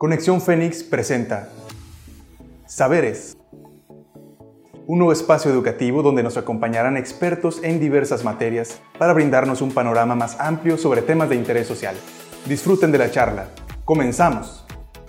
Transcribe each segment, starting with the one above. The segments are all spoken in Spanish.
Conexión Fénix presenta Saberes, un nuevo espacio educativo donde nos acompañarán expertos en diversas materias para brindarnos un panorama más amplio sobre temas de interés social. Disfruten de la charla. ¡Comenzamos!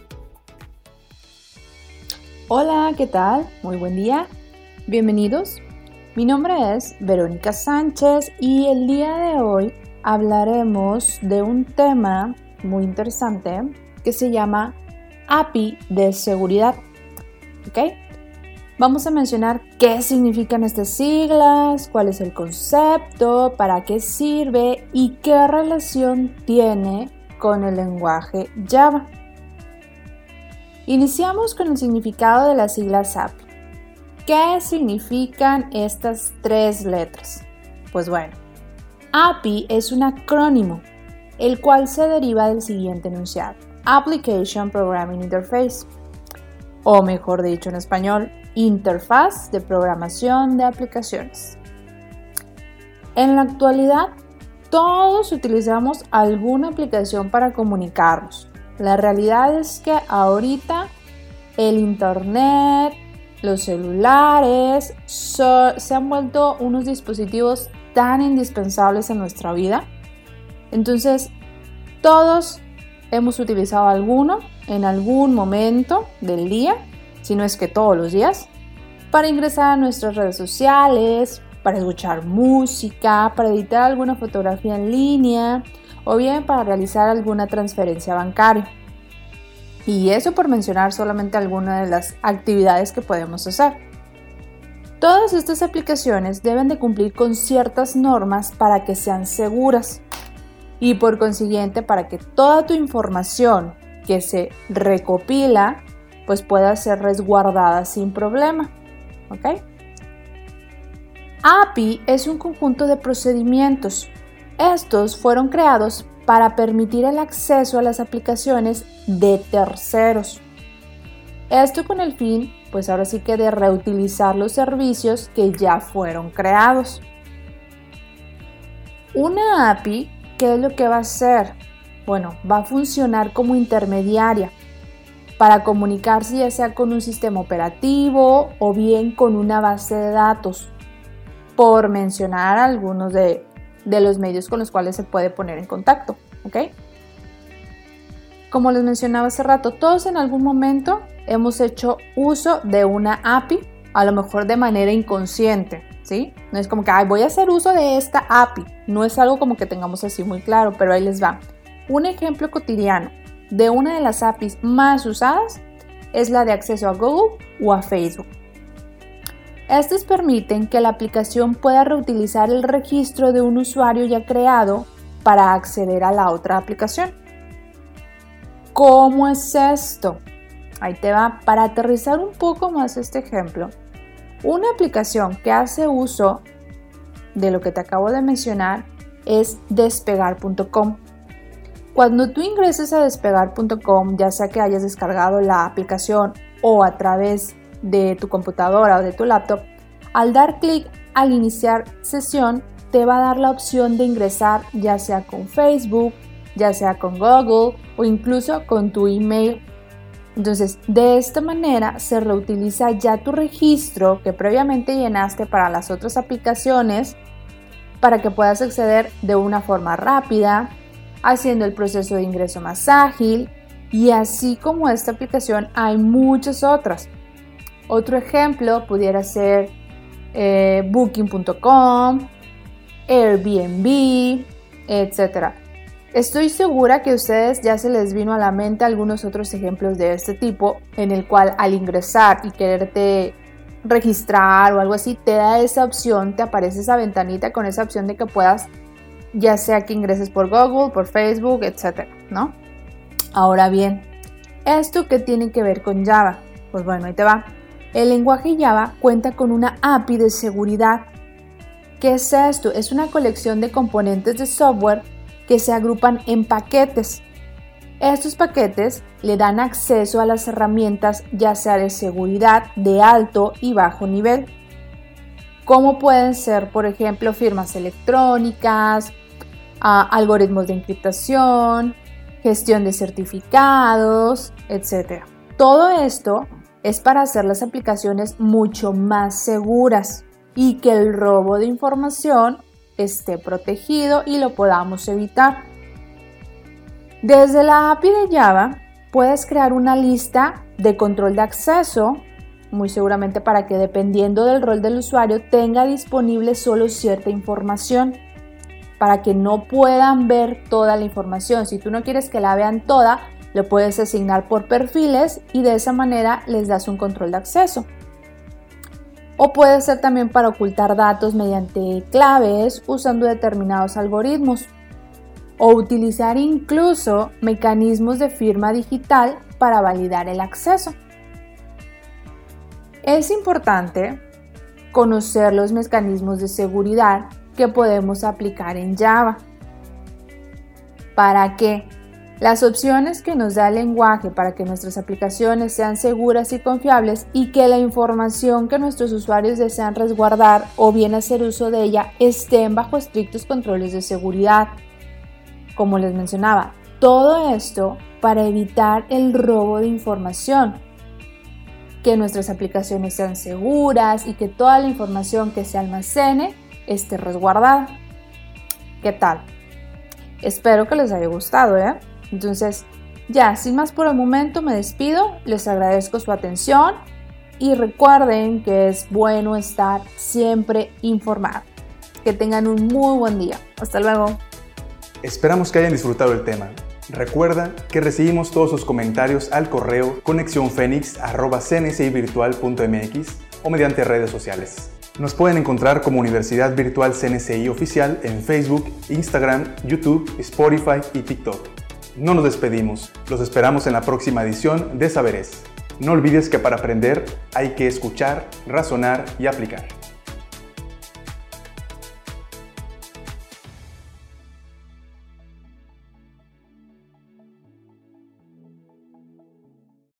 Hola, ¿qué tal? Muy buen día. Bienvenidos. Mi nombre es Verónica Sánchez y el día de hoy hablaremos de un tema muy interesante que se llama API de seguridad. ¿Ok? Vamos a mencionar qué significan estas siglas, cuál es el concepto, para qué sirve y qué relación tiene con el lenguaje Java. Iniciamos con el significado de las siglas API. ¿Qué significan estas tres letras? Pues bueno, API es un acrónimo, el cual se deriva del siguiente enunciado: Application Programming Interface, o mejor dicho en español, interfaz de programación de aplicaciones. En la actualidad, todos utilizamos alguna aplicación para comunicarnos. La realidad es que ahorita el internet, los celulares se han vuelto unos dispositivos tan indispensables en nuestra vida. Entonces, todos hemos utilizado alguno en algún momento del día, si no es que todos los días, para ingresar a nuestras redes sociales, para escuchar música, para editar alguna fotografía en línea o bien para realizar alguna transferencia bancaria. Y eso por mencionar solamente algunas de las actividades que podemos hacer. Todas estas aplicaciones deben de cumplir con ciertas normas para que sean seguras y por consiguiente para que toda tu información que se recopila pues pueda ser resguardada sin problema. ¿Ok? API es un conjunto de procedimientos. Estos fueron creados para permitir el acceso a las aplicaciones de terceros. Esto con el fin, pues ahora sí que de reutilizar los servicios que ya fueron creados. Una API, ¿qué es lo que va a hacer? Bueno, va a funcionar como intermediaria para comunicarse ya sea con un sistema operativo o bien con una base de datos, por mencionar algunos de los medios con los cuales se puede poner en contacto, ¿ok? Como les mencionaba hace rato, todos en algún momento hemos hecho uso de una API, a lo mejor de manera inconsciente, ¿sí? No es como que voy a hacer uso de esta API, no es algo como que tengamos así muy claro, pero ahí les va. Un ejemplo cotidiano de una de las APIs más usadas es la de acceso a Google o a Facebook. Estas permiten que la aplicación pueda reutilizar el registro de un usuario ya creado para acceder a la otra aplicación. ¿Cómo es esto? Ahí te va. Para aterrizar un poco más este ejemplo, una aplicación que hace uso de lo que te acabo de mencionar es despegar.com. Cuando tú ingreses a despegar.com, ya sea que hayas descargado la aplicación o a través de tu computadora o de tu laptop, al dar clic al iniciar sesión te va a dar la opción de ingresar ya sea con Facebook, ya sea con Google o incluso con tu email. Entonces, de esta manera se reutiliza ya tu registro que previamente llenaste para las otras aplicaciones para que puedas acceder de una forma rápida, haciendo el proceso de ingreso más ágil, y así como esta aplicación hay muchas otras. Otro ejemplo pudiera ser Booking.com, Airbnb, etc. Estoy segura que a ustedes ya se les vino a la mente algunos otros ejemplos de este tipo, en el cual al ingresar y quererte registrar o algo así, te da esa opción, te aparece esa ventanita con esa opción de que puedas, ya sea que ingreses por Google, por Facebook, etc., ¿no? Ahora bien, ¿esto qué tiene que ver con Java? Pues bueno, ahí te va. El lenguaje Java cuenta con una API de seguridad. ¿Qué es esto? Es una colección de componentes de software que se agrupan en paquetes. Estos paquetes le dan acceso a las herramientas ya sea de seguridad de alto y bajo nivel, como pueden ser, por ejemplo, firmas electrónicas, algoritmos de encriptación, gestión de certificados, etc. Todo esto es para hacer las aplicaciones mucho más seguras y que el robo de información esté protegido y lo podamos evitar. Desde la API de Java puedes crear una lista de control de acceso, muy seguramente para que dependiendo del rol del usuario tenga disponible solo cierta información, para que no puedan ver toda la información. Si tú no quieres que la vean toda, lo puedes asignar por perfiles y de esa manera les das un control de acceso. O puede ser también para ocultar datos mediante claves usando determinados algoritmos. O utilizar incluso mecanismos de firma digital para validar el acceso. Es importante conocer los mecanismos de seguridad que podemos aplicar en Java. ¿Para qué? Las opciones que nos da el lenguaje para que nuestras aplicaciones sean seguras y confiables y que la información que nuestros usuarios desean resguardar o bien hacer uso de ella estén bajo estrictos controles de seguridad. Como les mencionaba, todo esto para evitar el robo de información, que nuestras aplicaciones sean seguras y que toda la información que se almacene esté resguardada. ¿Qué tal? Espero que les haya gustado, Entonces, ya, sin más por el momento me despido, les agradezco su atención y recuerden que es bueno estar siempre informado. Que tengan un muy buen día. Hasta luego. Esperamos que hayan disfrutado el tema. Recuerda que recibimos todos sus comentarios al correo conexionfenix@cnsivirtual.mx o mediante redes sociales. Nos pueden encontrar como Universidad Virtual CNCI Oficial en Facebook, Instagram, YouTube, Spotify y TikTok. No nos despedimos, los esperamos en la próxima edición de Saberes. No olvides que para aprender hay que escuchar, razonar y aplicar.